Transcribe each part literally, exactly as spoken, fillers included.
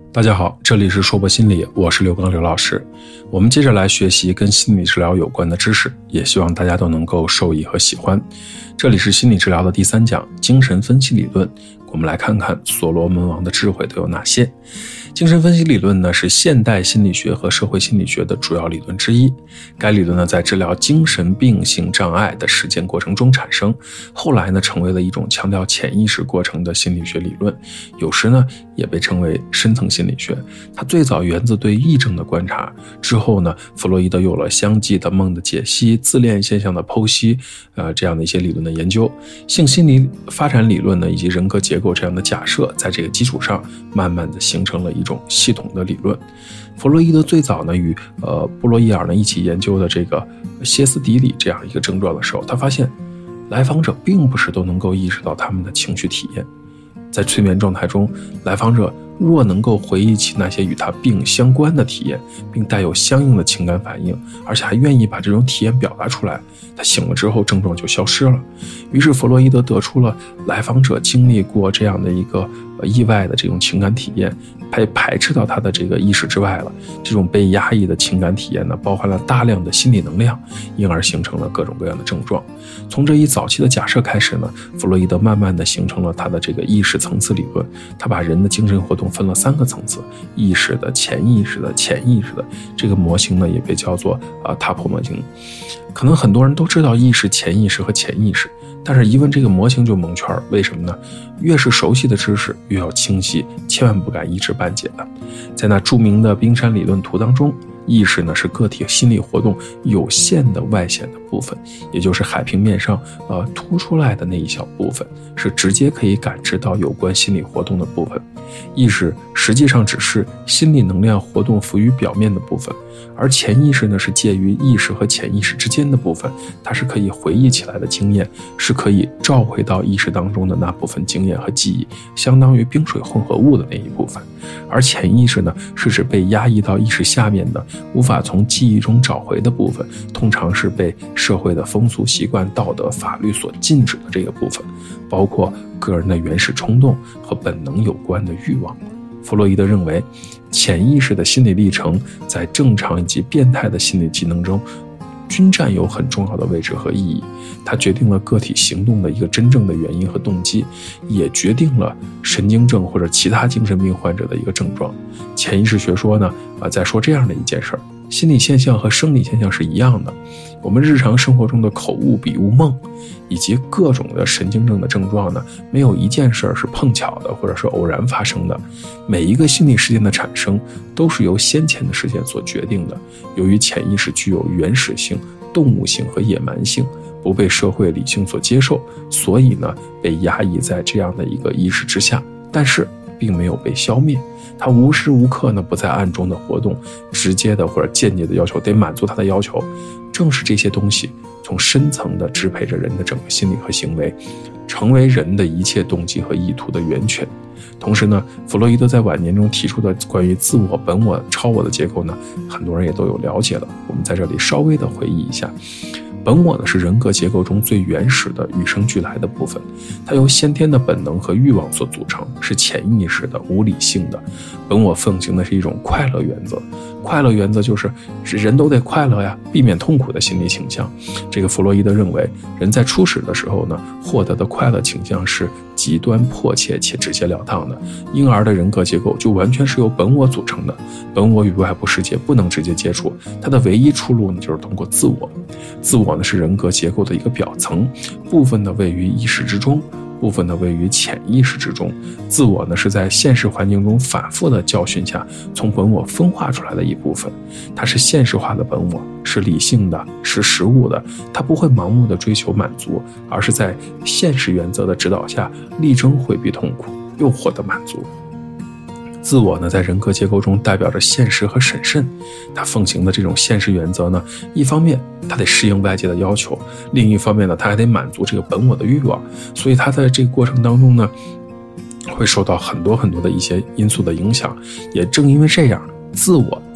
大家好，这里是说博心理，我是刘刚刘老师。我们接着来学习跟心理治疗有关的知识，也希望大家都能够受益和喜欢。这里是心理治疗的第三讲，精神分析理论。我们来看看所罗门王的智慧都有哪些。精神分析理论呢，是现代心理学和社会心理学的主要理论之一。该理论呢，在治疗精神病性障碍的实践过程中产生，后来呢，成为了一种强调潜意识过程的心理学理论，有时呢，也被称为深层心理学。它最早源自对癔症的观察，之后呢，弗洛伊德有了相继的梦的解析、自恋现象的剖析，呃，这样的一些理论的研究。性心理发展理论呢，以及人格结构这样的假设，在这个基础上，慢慢的形成了一种系统的理论。弗洛伊德最早呢与呃布洛伊尔呢一起研究的这个歇斯底里这样一个症状的时候，他发现来访者并不是都能够意识到他们的情绪体验。在催眠状态中，来访者若能够回忆起那些与他病相关的体验，并带有相应的情感反应，而且还愿意把这种体验表达出来，他醒了之后症状就消失了。于是弗洛伊德得出了来访者经历过这样的一个意外的这种情感体验，被排斥到他的这个意识之外了。这种被压抑的情感体验呢，包含了大量的心理能量，因而形成了各种各样的症状。从这一早期的假设开始呢，弗洛伊德慢慢的形成了他的这个意识层次理论。他把人的精神活动分了三个层次：意识的、潜意识的、潜意识的。这个模型呢，也被叫做啊塔普模型。可能很多人都知道意识、潜意识和潜意识，但是一问这个模型就蒙圈。为什么呢？越是熟悉的知识越要清晰，千万不敢一知半解的。在那著名的冰山理论图当中，意识呢是个体心理活动有限的外显的部分，也就是海平面上呃凸出来的那一小部分，是直接可以感知到有关心理活动的部分。意识实际上只是心理能量活动浮于表面的部分，而潜意识呢是介于意识和潜意识之间的部分，它是可以回忆起来的经验，是可以召回到意识当中的那部分经验和记忆，相当于冰水混合物的那一部分。而潜意识呢，是指被压抑到意识下面的，无法从记忆中找回的部分，通常是被社会的风俗习惯、道德、法律所禁止的这个部分，包括个人的原始冲动和本能有关的欲望。弗洛伊德认为，潜意识的心理历程在正常以及变态的心理机能中均占有很重要的位置和意义，它决定了个体行动的一个真正的原因和动机，也决定了神经症或者其他精神病患者的一个症状。潜意识学说呢，啊，在说这样的一件事儿：心理现象和生理现象是一样的。我们日常生活中的口误、笔误、梦，以及各种的神经症的症状呢，没有一件事儿是碰巧的或者是偶然发生的。每一个心理事件的产生都是由先前的事件所决定的。由于潜意识具有原始性、动物性和野蛮性，不被社会理性所接受，所以呢，被压抑在这样的一个意识之下，但是并没有被消灭。它无时无刻呢不在暗中的活动，直接的或者间接的要求得满足它的要求。正是这些东西从深层的支配着人的整个心理和行为，成为人的一切动机和意图的源泉。同时呢，弗洛伊德在晚年中提出的关于自我、本我、超我的结构呢，很多人也都有了解了。我们在这里稍微的回忆一下。本我呢是人格结构中最原始的与生俱来的部分，它由先天的本能和欲望所组成，是潜意识的、无理性的。本我奉行的是一种快乐原则，快乐原则就是人都得快乐呀，避免痛苦的心理倾向。这个弗洛伊德认为，人在初始的时候呢，获得的快乐倾向是极端迫切且直截了当的，婴儿的人格结构就完全是由本我组成的。本我与外部世界不能直接接触，它的唯一出路呢，就是通过自我。自我呢是人格结构的一个表层，部分呢位于意识之中，部分呢位于潜意识之中。自我呢是在现实环境中反复的教训下从本我分化出来的一部分，它是现实化的本我，是理性的，是实物的，它不会盲目的追求满足，而是在现实原则的指导下力争回避痛苦，又获得满足。自我呢，在人格结构中代表着现实和审慎，它奉行的这种现实原则呢，一方面它得适应外界的要求，另一方面呢，它还得满足这个本我的欲望，所以它在这个过程当中呢，会受到很多很多的一些因素的影响。也正因为这样，自我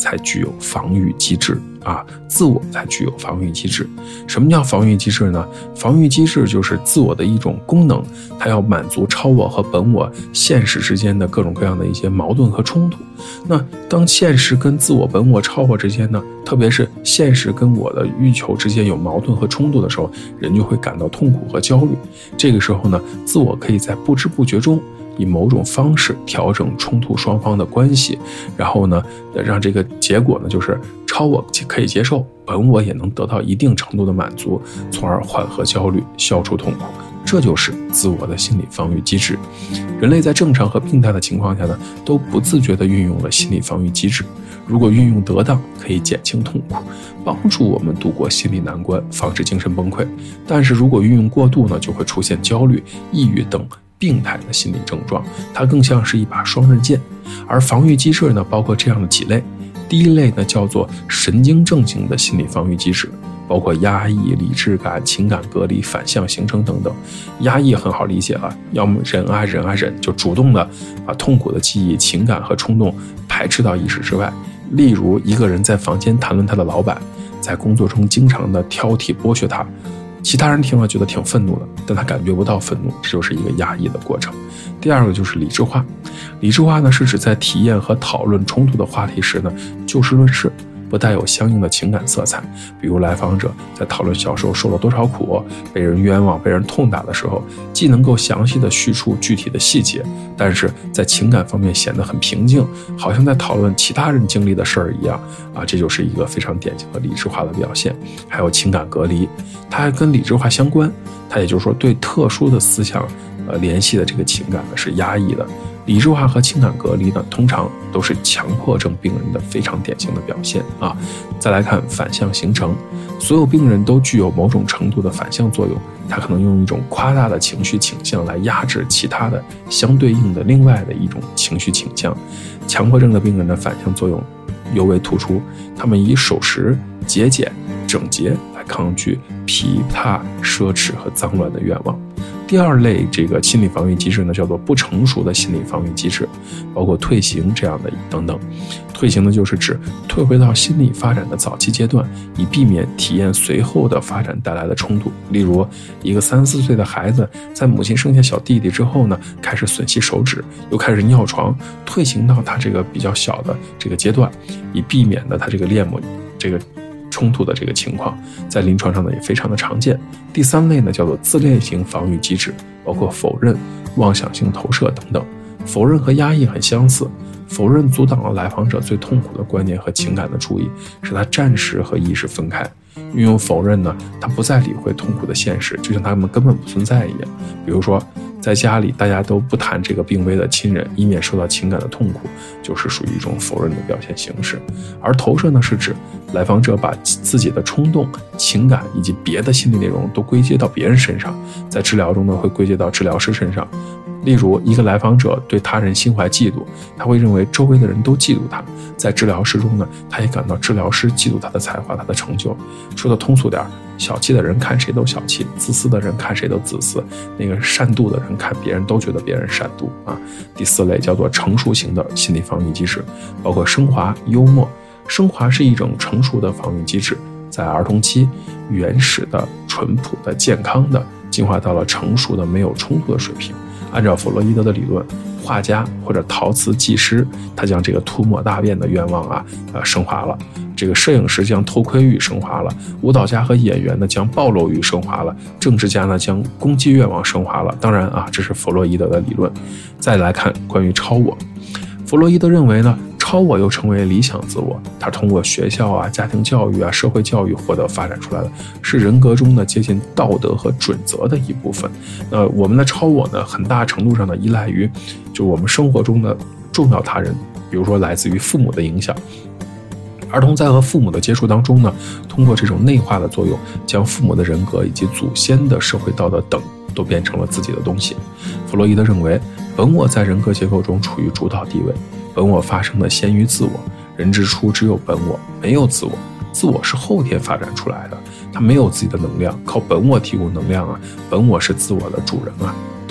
才具有防御机制啊，自我才具有防御机制。什么叫防御机制呢？防御机制就是自我的一种功能，它要满足超我和本我现实之间的各种各样的一些矛盾和冲突。那当现实跟自我、本我、超我之间呢，特别是现实跟我的欲求之间有矛盾和冲突的时候，人就会感到痛苦和焦虑。这个时候呢，自我可以在不知不觉中以某种方式调整冲突双方的关系，然后呢，让这个结果呢，就是超我可以接受，本我也能得到一定程度的满足，从而缓和焦虑，消除痛苦。这就是自我的心理防御机制。人类在正常和病态的情况下呢，都不自觉地运用了心理防御机制。如果运用得当，可以减轻痛苦，帮助我们度过心理难关，防止精神崩溃。但是如果运用过度呢，就会出现焦虑、抑郁等病态的心理症状，它更像是一把双刃剑。而防御机制呢，包括这样的几类。第一类呢，叫做神经症型的心理防御机制，包括压抑、理智感、情感隔离、反向形成等等。压抑很好理解了，要么忍啊忍啊忍，就主动的把痛苦的记忆、情感和冲动排斥到意识之外。例如，一个人在房间谈论他的老板，在工作中经常的挑剔剥削他，其他人听了觉得挺愤怒的，但他感觉不到愤怒，这就是一个压抑的过程。第二个就是理智化，理智化呢是指在体验和讨论冲突的话题时呢，就事论事，不带有相应的情感色彩。比如来访者在讨论小时候受了多少苦，被人冤枉、被人痛打的时候，既能够详细的叙述具体的细节，但是在情感方面显得很平静，好像在讨论其他人经历的事儿一样啊，这就是一个非常典型的理智化的表现。还有情感隔离，它还跟理智化相关，它也就是说对特殊的思想呃联系的这个情感呢是压抑的。理智化和情感隔离呢，通常都是强迫症病人的非常典型的表现啊。再来看反向形成，所有病人都具有某种程度的反向作用，他可能用一种夸大的情绪倾向来压制其他的相对应的另外的一种情绪倾向。强迫症的病人的反向作用尤为突出，他们以守时、节俭、整洁来抗拒疲沓、奢侈和脏乱的愿望。第二类这个心理防御机制呢，叫做不成熟的心理防御机制，包括退行这样的等等。退行呢，就是指退回到心理发展的早期阶段，以避免体验随后的发展带来的冲突。例如，一个三四岁的孩子在母亲生下小弟弟之后呢，开始吮吸手指，又开始尿床，退行到他这个比较小的这个阶段，以避免的他这个恋母这个冲突的这个情况，在临床上呢也非常的常见。第三类呢叫做自恋型防御机制，包括否认、妄想性投射等等。否认和压抑很相似，否认阻挡了来访者最痛苦的观念和情感的注意，使他暂时和意识分开。运用否认呢，他不再理会痛苦的现实，就像他们根本不存在一样。比如说在家里大家都不谈这个病危的亲人，以免受到情感的痛苦，就是属于一种否认的表现形式。而投射呢，是指来访者把自己的冲动、情感以及别的心理内容都归结到别人身上，在治疗中呢会归结到治疗师身上。例如，一个来访者对他人心怀嫉妒，他会认为周围的人都嫉妒他。在治疗室中呢，他也感到治疗师嫉妒他的才华、他的成就。说的通俗点，小气的人看谁都小气，自私的人看谁都自私，那个善妒的人看别人都觉得别人善妒啊。第四类叫做成熟型的心理防御机制，包括升华、幽默。升华是一种成熟的防御机制，在儿童期原始的、淳朴的、健康的，进化到了成熟的、没有冲突的水平。按照弗洛伊德的理论，画家或者陶瓷技师，他将这个涂抹大便的愿望啊，呃，升华了；这个摄影师将偷窥欲升华了；舞蹈家和演员呢，将暴露欲升华了；政治家呢，将攻击愿望升华了。当然啊，这是弗洛伊德的理论。再来看关于超我，弗洛伊德认为呢，超我又称为理想自我，它通过学校啊、家庭教育啊、社会教育获得发展出来的，是人格中的接近道德和准则的一部分。呃，我们的超我呢，很大程度上呢依赖于就我们生活中的重要他人，比如说来自于父母的影响。儿童在和父母的接触当中呢，通过这种内化的作用，将父母的人格以及祖先的社会道德等都变成了自己的东西。弗洛伊德认为，本我在人格结构中处于主导地位，本我发生的先于自我，人之初只有本我，没有自我，自我是后天发展出来的，它没有自己的能量，靠本我提供能量啊，本我是自我的主人啊。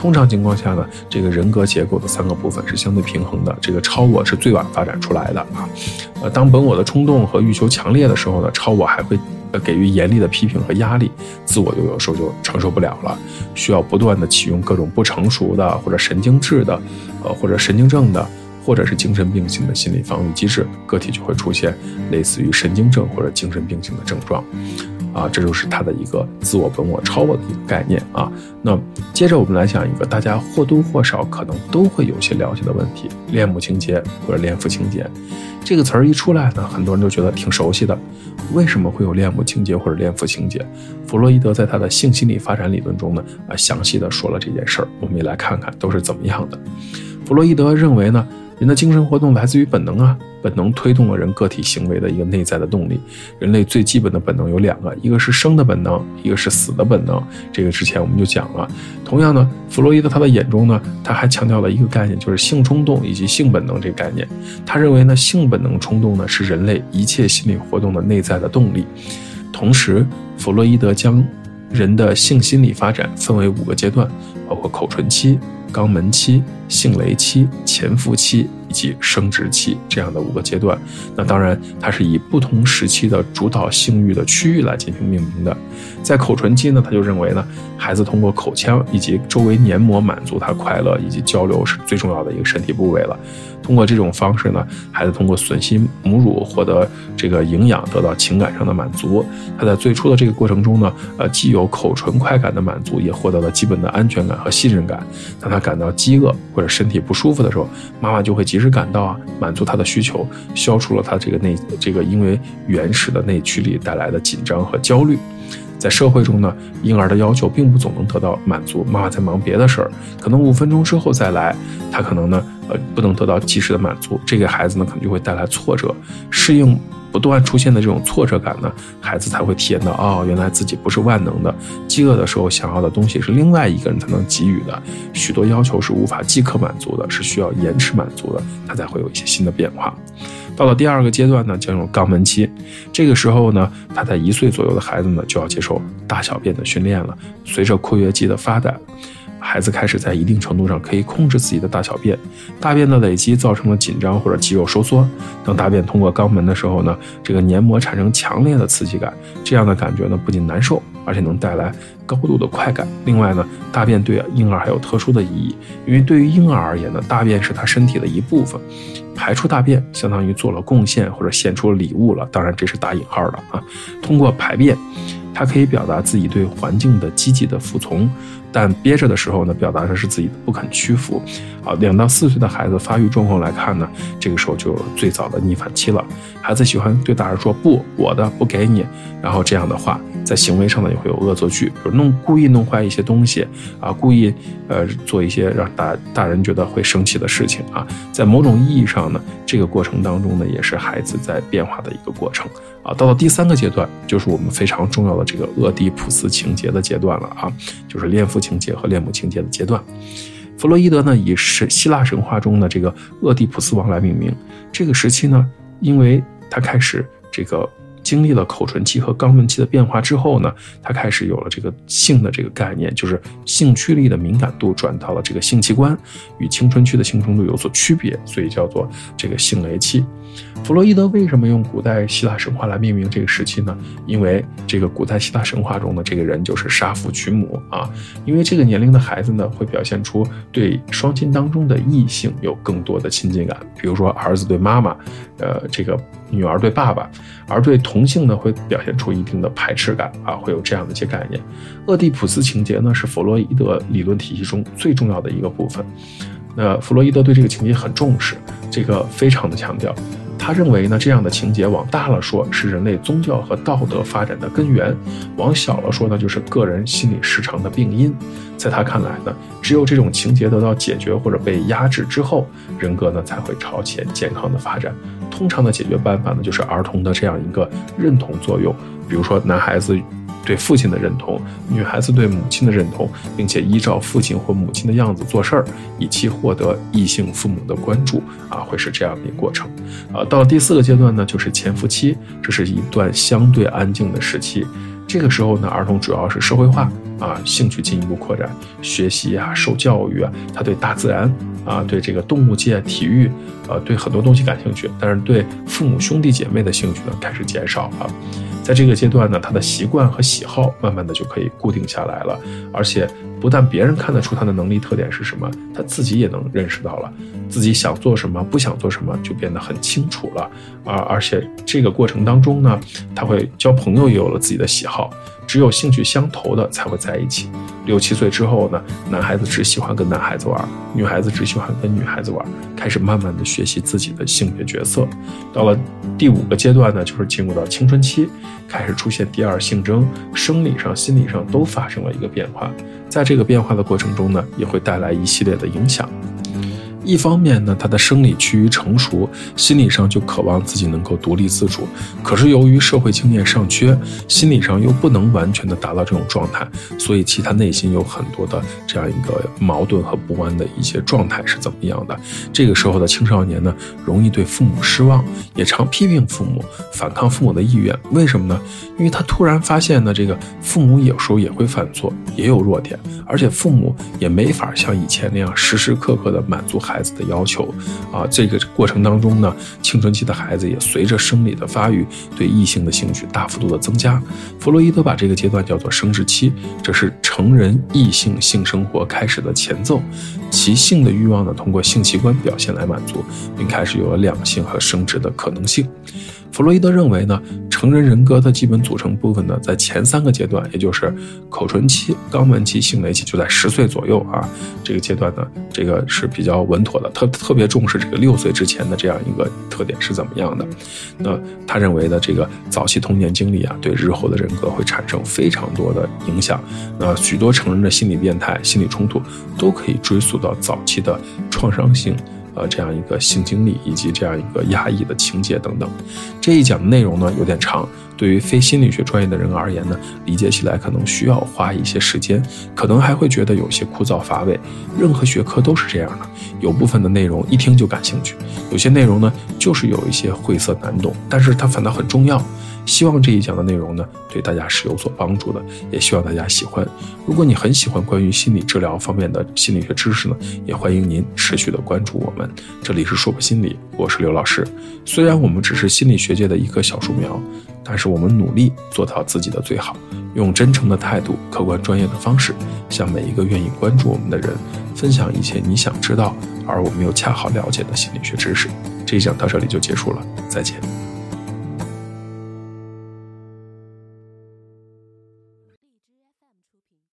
通常情况下呢，这个人格结构的三个部分是相对平衡的，这个超我是最晚发展出来的啊。呃，当本我的冲动和欲求强烈的时候呢，超我还会给予严厉的批评和压力，自我又有时候就承受不了了，需要不断的启用各种不成熟的或者神经质的，呃或者神经症的，或者是精神病性的心理防御机制，个体就会出现类似于神经症或者精神病性的症状。啊，这就是它的一个自我、本我、超我的一个概念啊。那接着我们来讲一个大家或多或少可能都会有些了解的问题：恋母情节或者恋父情节。这个词儿一出来呢，很多人都觉得挺熟悉的。为什么会有恋母情节或者恋父情节？弗洛伊德在他的性心理发展理论中呢，啊，详细的说了这件事儿。我们也来看看都是怎么样的。弗洛伊德认为呢，人的精神活动来自于本能啊，本能推动了人个体行为的一个内在的动力。人类最基本的本能有两个，一个是生的本能，一个是死的本能。这个之前我们就讲了。同样呢，弗洛伊德他的眼中呢，他还强调了一个概念，就是性冲动以及性本能这个概念。他认为呢，性本能冲动呢是人类一切心理活动的内在的动力。同时，弗洛伊德将人的性心理发展分为五个阶段，包括口唇期、肛门期、性蕾期、前腹期以及生殖期这样的五个阶段。那当然它是以不同时期的主导性欲的区域来进行命名的。在口唇期呢，他就认为呢，孩子通过口腔以及周围黏膜满足他快乐以及交流是最重要的一个身体部位了。通过这种方式呢，孩子通过吮吸母乳获得这个营养，得到情感上的满足。他在最初的这个过程中呢，呃，既有口唇快感的满足，也获得了基本的安全感和信任感。当他感到饥饿或者身体不舒服的时候，妈妈就会及时赶到啊，满足他的需求，消除了他这个内这个因为原始的内驱力带来的紧张和焦虑。在社会中呢，婴儿的要求并不总能得到满足，妈妈在忙别的事儿，可能五分钟之后再来，他可能呢，呃，不能得到及时的满足，这个孩子呢可能就会带来挫折，适应不断出现的这种挫折感呢，孩子才会体验到，哦，原来自己不是万能的，饥饿的时候想要的东西是另外一个人才能给予的，许多要求是无法即刻满足的，是需要延迟满足的，他才会有一些新的变化。到了第二个阶段呢，将有肛门期。这个时候呢，他在一岁左右的孩子呢，就要接受大小便的训练了。随着括约肌的发展，孩子开始在一定程度上可以控制自己的大小便。大便的累积造成了紧张或者肌肉收缩。当大便通过肛门的时候呢，这个黏膜产生强烈的刺激感，这样的感觉呢，不仅难受，而且能带来高度的快感。另外呢，大便对婴儿还有特殊的意义，因为对于婴儿而言呢，大便是他身体的一部分。排出大便相当于做了贡献或者献出了礼物了，当然这是打引号的啊。通过排便，它可以表达自己对环境的积极的服从，但憋着的时候呢，表达的是自己的不肯屈服。啊，两到四岁的孩子发育状况来看呢，这个时候就有了最早的逆反期了。孩子喜欢对大人说不，我的不给你，然后这样的话，在行为上呢也会有恶作剧，比如弄故意弄坏一些东西啊，故意呃做一些让大大人觉得会生气的事情啊。在某种意义上呢，这个过程当中呢，也是孩子在变化的一个过程啊。到了第三个阶段，就是我们非常重要的这个俄狄浦斯情节的阶段了啊，就是恋父情节和恋母情节的阶段。弗洛伊德呢，以希腊神话中的这个俄狄浦斯王来命名。这个时期呢，因为他开始这个经历了口唇期和肛门期的变化之后呢，他开始有了这个性的这个概念，就是性驱力的敏感度转到了这个性器官，与青春期的性冲动有所区别，所以叫做这个性蕾期。弗洛伊德为什么用古代希腊神话来命名这个时期呢？因为这个古代希腊神话中的这个人就是杀父娶母啊。因为这个年龄的孩子呢，会表现出对双亲当中的异性有更多的亲近感，比如说儿子对妈妈，呃，这个女儿对爸爸，而对同性呢，会表现出一定的排斥感啊，会有这样的一些概念。俄狄浦斯情节呢，是弗洛伊德理论体系中最重要的一个部分。那弗洛伊德对这个情节很重视，这个非常的强调。他认为呢，这样的情节往大了说是人类宗教和道德发展的根源，往小了说呢，就是个人心理失常的病因。在他看来呢，只有这种情节得到解决或者被压制之后，人格呢才会朝前健康的发展。通常的解决办法呢，就是儿童的这样一个认同作用，比如说男孩子对父亲的认同，女孩子对母亲的认同，并且依照父亲或母亲的样子做事儿，以期获得异性父母的关注啊，会是这样的一个过程啊。到了第四个阶段呢，就是潜伏期，这是一段相对安静的时期。这个时候呢，儿童主要是社会化啊，兴趣进一步扩展，学习啊，受教育啊，他对大自然啊，对这个动物界、体育，呃，对很多东西感兴趣，但是对父母兄弟姐妹的兴趣呢开始减少了。在这个阶段呢，他的习惯和喜好慢慢的就可以固定下来了，而且不但别人看得出他的能力特点是什么，他自己也能认识到了自己想做什么，不想做什么就变得很清楚了啊！而且这个过程当中呢，他会交朋友，也有了自己的喜好，只有兴趣相投的才会在一起。六七岁之后呢，男孩子只喜欢跟男孩子玩，女孩子只喜欢跟女孩子玩，开始慢慢的学习自己的性别角色。到了第五个阶段呢，就是进入到青春期，开始出现第二性征，生理上、心理上都发生了一个变化。在这个变化的过程中呢，也会带来一系列的影响。一方面呢，他的生理趋于成熟，心理上就渴望自己能够独立自主，可是由于社会经验尚缺，心理上又不能完全的达到这种状态，所以其他内心有很多的这样一个矛盾和不安的一些状态是怎么样的。这个时候的青少年呢，容易对父母失望，也常批评父母，反抗父母的意愿。为什么呢？因为他突然发现呢，这个父母有时候也会犯错，也有弱点，而且父母也没法像以前那样时时刻刻的满足孩子的要求啊。这个过程当中呢，青春期的孩子也随着生理的发育，对异性的兴趣大幅度的增加。弗洛伊德把这个阶段叫做生殖期，这是成人异性性生活开始的前奏，其性的欲望呢，通过性器官表现来满足，并开始有了两性和生殖的可能性。弗洛伊德认为呢，成人人格的基本组成部分呢，在前三个阶段，也就是口唇期、肛门期、性蕾期，就在十岁左右啊。这个阶段呢，这个是比较稳妥的，特特别重视这个六岁之前的这样一个特点是怎么样的。那他认为的这个早期童年经历啊，对日后的人格会产生非常多的影响。那许多成人的心理变态、心理冲突都可以追溯到早期的创伤性。呃，这样一个性经历以及这样一个压抑的情节等等。这一讲的内容呢有点长，对于非心理学专业的人而言呢，理解起来可能需要花一些时间，可能还会觉得有些枯燥乏味。任何学科都是这样的，有部分的内容一听就感兴趣，有些内容呢就是有一些晦涩难懂，但是它反倒很重要。希望这一讲的内容呢对大家是有所帮助的，也希望大家喜欢。如果你很喜欢关于心理治疗方面的心理学知识呢，也欢迎您持续的关注我们。这里是说博心理，我是刘老师。虽然我们只是心理学界的一棵小树苗，但是我们努力做到自己的最好，用真诚的态度、客观专业的方式，向每一个愿意关注我们的人分享一些你想知道而我们又恰好了解的心理学知识。这一讲到这里就结束了，再见。